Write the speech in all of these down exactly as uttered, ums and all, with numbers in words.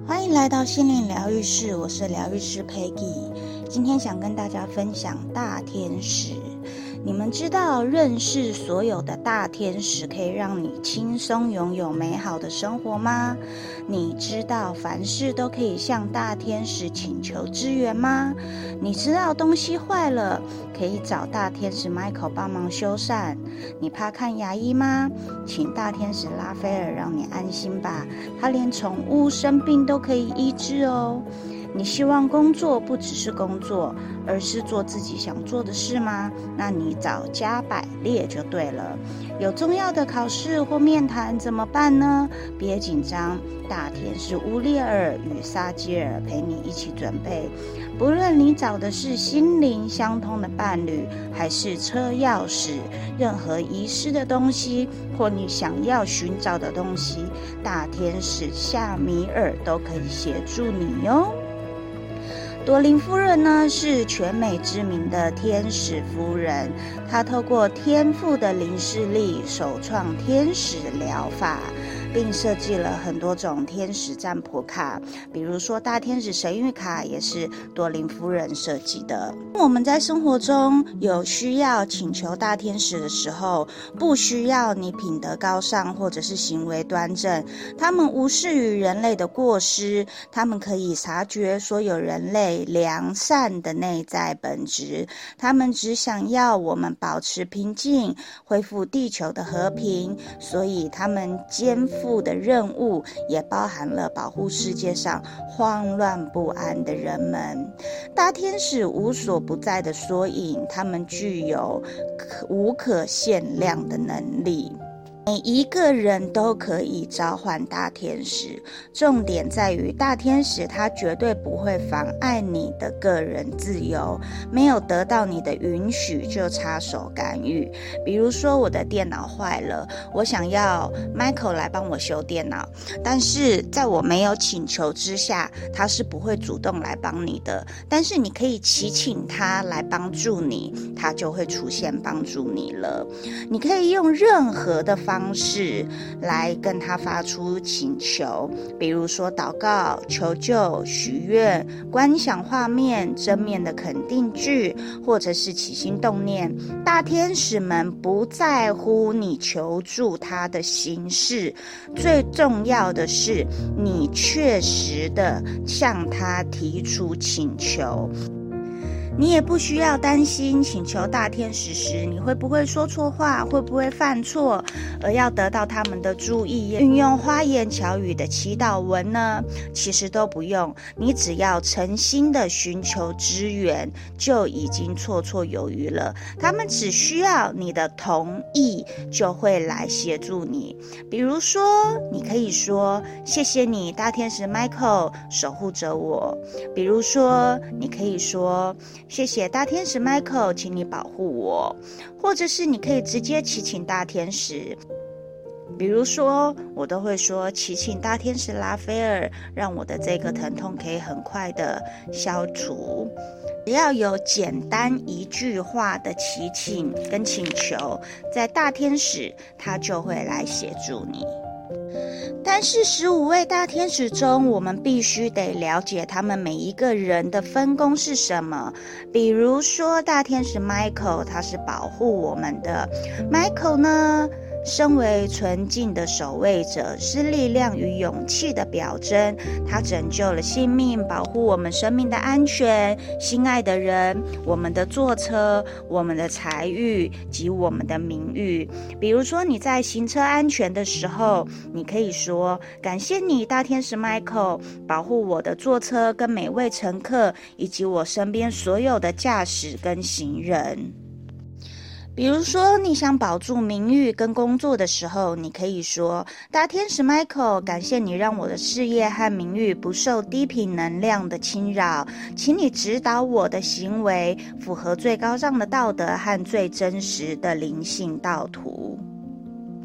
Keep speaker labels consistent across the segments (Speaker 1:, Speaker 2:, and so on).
Speaker 1: 欢迎来到心灵疗愈室，我是疗愈师 Peggy。今天想跟大家分享大天使。你们知道认识所有的大天使可以让你轻松拥有美好的生活吗？你知道凡事都可以向大天使请求支援吗？你知道东西坏了可以找大天使 Michael 帮忙修缮？你怕看牙医吗？请大天使拉斐尔让你安心吧，他连宠物生病都可以医治哦。你希望工作不只是工作，而是做自己想做的事吗？那你找加百列就对了。有重要的考试或面谈怎么办呢？别紧张，大天使乌列尔与撒基尔陪你一起准备。不论你找的是心灵相通的伴侣，还是车钥匙，任何遗失的东西，或你想要寻找的东西，大天使夏米尔都可以协助你哟。朵琳夫人呢，是全美知名的天使夫人，她透过天赋的灵视力，首创天使疗法，并设计了很多种天使占卜卡，比如说大天使神谕卡也是朵琳夫人设计的。我们在生活中有需要请求大天使的时候，不需要你品德高尚或者是行为端正，他们无视于人类的过失，他们可以察觉所有人类良善的内在本质，他们只想要我们保持平静，恢复地球的和平，所以他们肩负的任务也包含了保护世界上慌乱不安的人们。大天使无所不在的缩影，他们具有无可限量的能力。每一个人都可以召唤大天使，重点在于大天使他绝对不会妨碍你的个人自由，没有得到你的允许就插手干预。比如说我的电脑坏了，我想要 Michael 来帮我修电脑，但是在我没有请求之下，他是不会主动来帮你的，但是你可以祈请他来帮助你，他就会出现帮助你了。你可以用任何的方式方式来跟他发出请求，比如说祷告、求救、许愿、观想画面、正面的肯定句，或者是起心动念。大天使们不在乎你求助他的形式，最重要的是你确实的向他提出请求。你也不需要担心请求大天使时你会不会说错话，会不会犯错，而要得到他们的注意，运用花言巧语的祈祷文呢？其实都不用，你只要诚心的寻求支援，就已经绰绰有余了。他们只需要你的同意，就会来协助你。比如说，你可以说：谢谢你，大天使 Michael 守护着我。比如说，你可以说：谢谢大天使 Michael， 请你保护我。或者是你可以直接祈请大天使，比如说我都会说祈请大天使拉斐尔，让我的这个疼痛可以很快的消除。只要有简单一句话的祈请跟请求，在大天使他就会来协助你。但是十五位大天使中，我们必须得了解他们每一个人的分工是什么。比如说大天使 Michael， 他是保护我们的。 Michael 呢，身为纯净的守卫者，是力量与勇气的表征。他拯救了性命，保护我们生命的安全、心爱的人、我们的坐车、我们的财运及我们的名誉。比如说你在行车安全的时候，你可以说：感谢你大天使 Michael， 保护我的坐车跟每位乘客，以及我身边所有的驾驶跟行人。比如说你想保住名誉跟工作的时候，你可以说：大天使 Michael， 感谢你让我的事业和名誉不受低频能量的侵扰，请你指导我的行为符合最高尚的道德和最真实的灵性道途。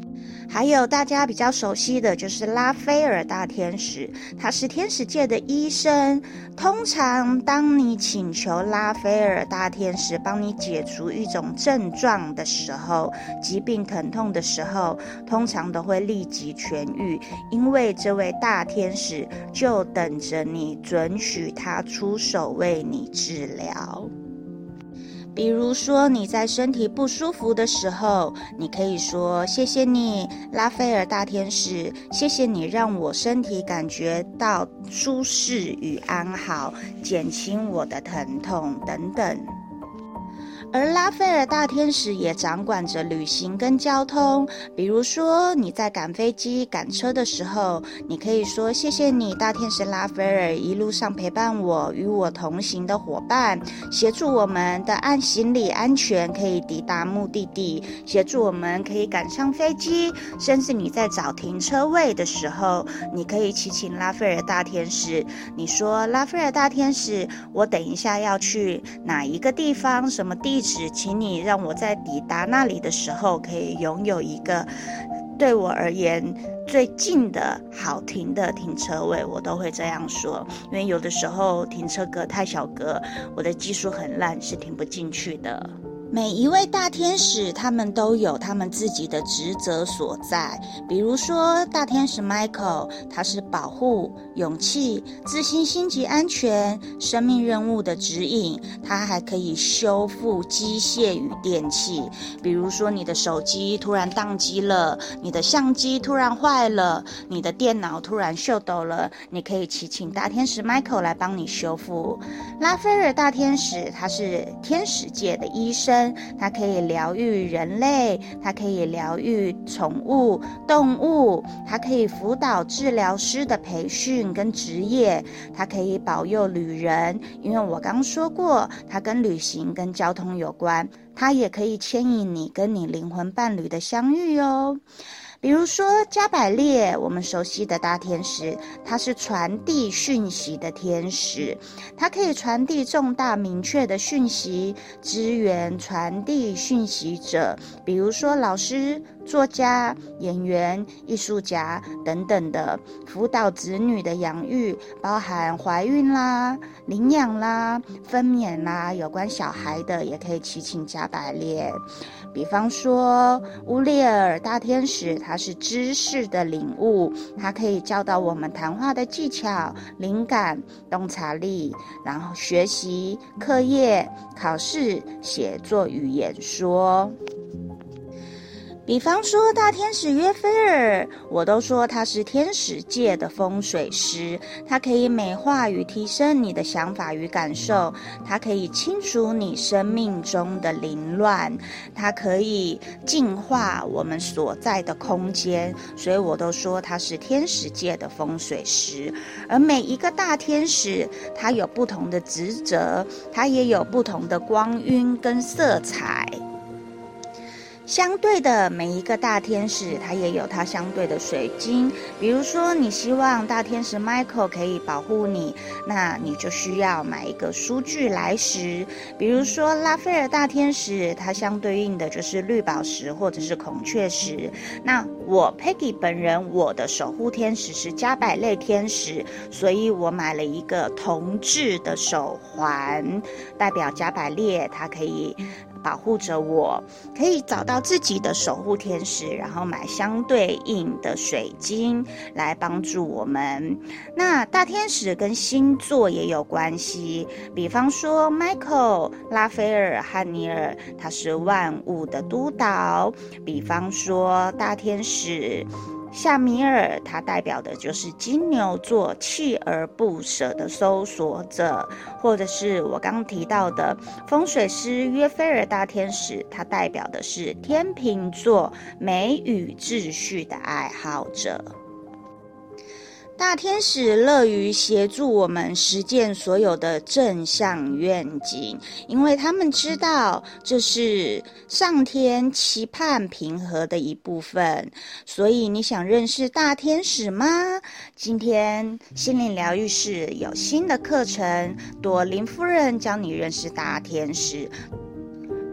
Speaker 1: 还有大家比较熟悉的就是拉斐尔大天使，他是天使界的医生。通常当你请求拉斐尔大天使帮你解除一种症状的时候，疾病疼痛的时候，通常都会立即痊愈，因为这位大天使就等着你准许他出手为你治疗。比如说你在身体不舒服的时候，你可以说谢谢你拉斐尔大天使，谢谢你让我身体感觉到舒适与安好，减轻我的疼痛等等。而拉斐尔大天使也掌管着旅行跟交通，比如说你在赶飞机赶车的时候，你可以说谢谢你大天使拉斐尔一路上陪伴我与我同行的伙伴，协助我们的按行李安全可以抵达目的地，协助我们可以赶上飞机。甚至你在找停车位的时候，你可以祈请拉斐尔大天使，你说拉斐尔大天使，我等一下要去哪一个地方什么地址，请你让我在抵达那里的时候可以拥有一个对我而言最近的好停的停车位，我都会这样说。因为有的时候停车格太小格，我的技术很烂，是停不进去的。每一位大天使他们都有他们自己的职责所在，比如说大天使 Michael， 他是保护、勇气、自信心及安全、生命任务的指引，他还可以修复机械与电器，比如说你的手机突然宕机了，你的相机突然坏了，你的电脑突然秀逗了，你可以祈请大天使 Michael 来帮你修复。拉斐尔大天使他是天使界的医生，它可以疗愈人类，它可以疗愈宠物、动物，它可以辅导治疗师的培训跟职业，它可以保佑旅人，因为我刚说过，它跟旅行跟交通有关，它也可以牵引你跟你灵魂伴侣的相遇哦。比如说加百列，我们熟悉的大天使，它是传递讯息的天使，它可以传递重大明确的讯息，支援传递讯息者，比如说老师、作家、演员、艺术家等等的，辅导子女的养育，包含怀孕啦、领养啦、分娩啦，有关小孩的也可以祈请加百列。比方说乌列尔大天使，它是知识的领悟，它可以教导我们谈话的技巧、灵感、洞察力，然后学习、课业、考试、写作与演说。比方说大天使约菲尔，我都说他是天使界的风水师，他可以美化与提升你的想法与感受，他可以清除你生命中的凌乱，他可以净化我们所在的空间，所以我都说他是天使界的风水师。而每一个大天使他有不同的职责，他也有不同的光晕跟色彩。相对的，每一个大天使它也有它相对的水晶，比如说你希望大天使 Michael 可以保护你，那你就需要买一个书具来石，比如说拉斐尔大天使它相对应的就是绿宝石或者是孔雀石。那我 Peggy 本人，我的守护天使是加百列天使，所以我买了一个铜制的手环，代表加百列，它可以保护着我，可以找到自己的守护天使，然后买相对应的水晶来帮助我们。那大天使跟星座也有关系，比方说 Michael、拉斐尔、汉尼尔，他是万物的督导；比方说大天使夏米尔，它代表的就是金牛座，锲而不舍的搜索者，或者是我刚提到的风水师约菲尔大天使，它代表的是天秤座，美与秩序的爱好者。大天使乐于协助我们实践所有的正向愿景，因为他们知道这是上天期盼平和的一部分。所以你想认识大天使吗？今天心灵疗愈室有新的课程，朵琳夫人教你认识大天使。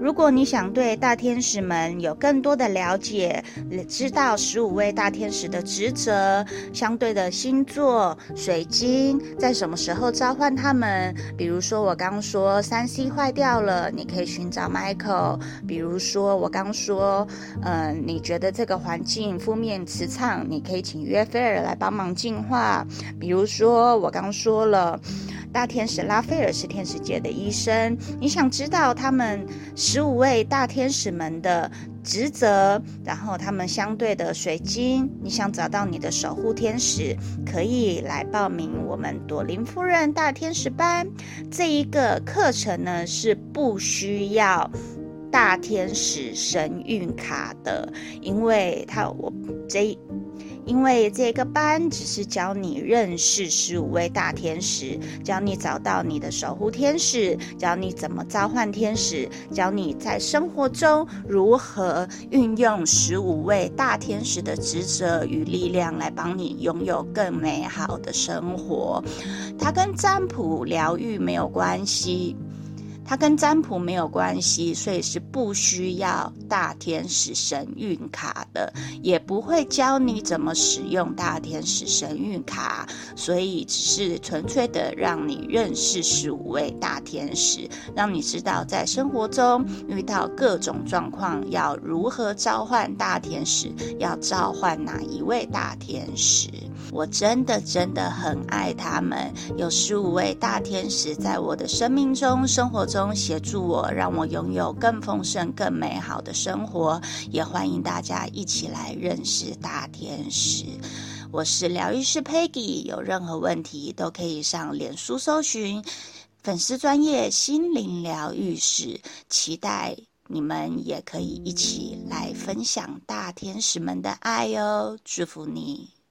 Speaker 1: 如果你想对大天使们有更多的了解，知道十五位大天使的职责、相对的星座、水晶在什么时候召唤他们，比如说我刚说 三 C 坏掉了，你可以寻找 Michael， 比如说我刚说呃，你觉得这个环境负面磁场，你可以请约菲尔来帮忙净化，比如说我刚说了大天使拉斐尔是天使界的医生，你想知道他们十五位大天使们的职责，然后他们相对的水晶，你想找到你的守护天使，可以来报名我们朵琳夫人大天使班。这一个课程呢是不需要大天使神谕卡的，因为他我这因为这个班只是教你认识十五位大天使，教你找到你的守护天使，教你怎么召唤天使，教你在生活中如何运用十五位大天使的职责与力量来帮你拥有更美好的生活。它跟占卜疗愈没有关系，它跟占卜没有关系，所以是不需要大天使神谕卡的，也不会教你怎么使用大天使神谕卡，所以只是纯粹的让你认识十五位大天使，让你知道在生活中遇到各种状况要如何召唤大天使，要召唤哪一位大天使。我真的真的很爱他们，有十五位大天使在我的生命中、生活中协助我，让我拥有更丰盛、更美好的生活。也欢迎大家一起来认识大天使。我是疗愈师 Peggy， 有任何问题都可以上脸书搜寻粉丝专页心灵疗愈师，期待你们也可以一起来分享大天使们的爱哦，祝福你。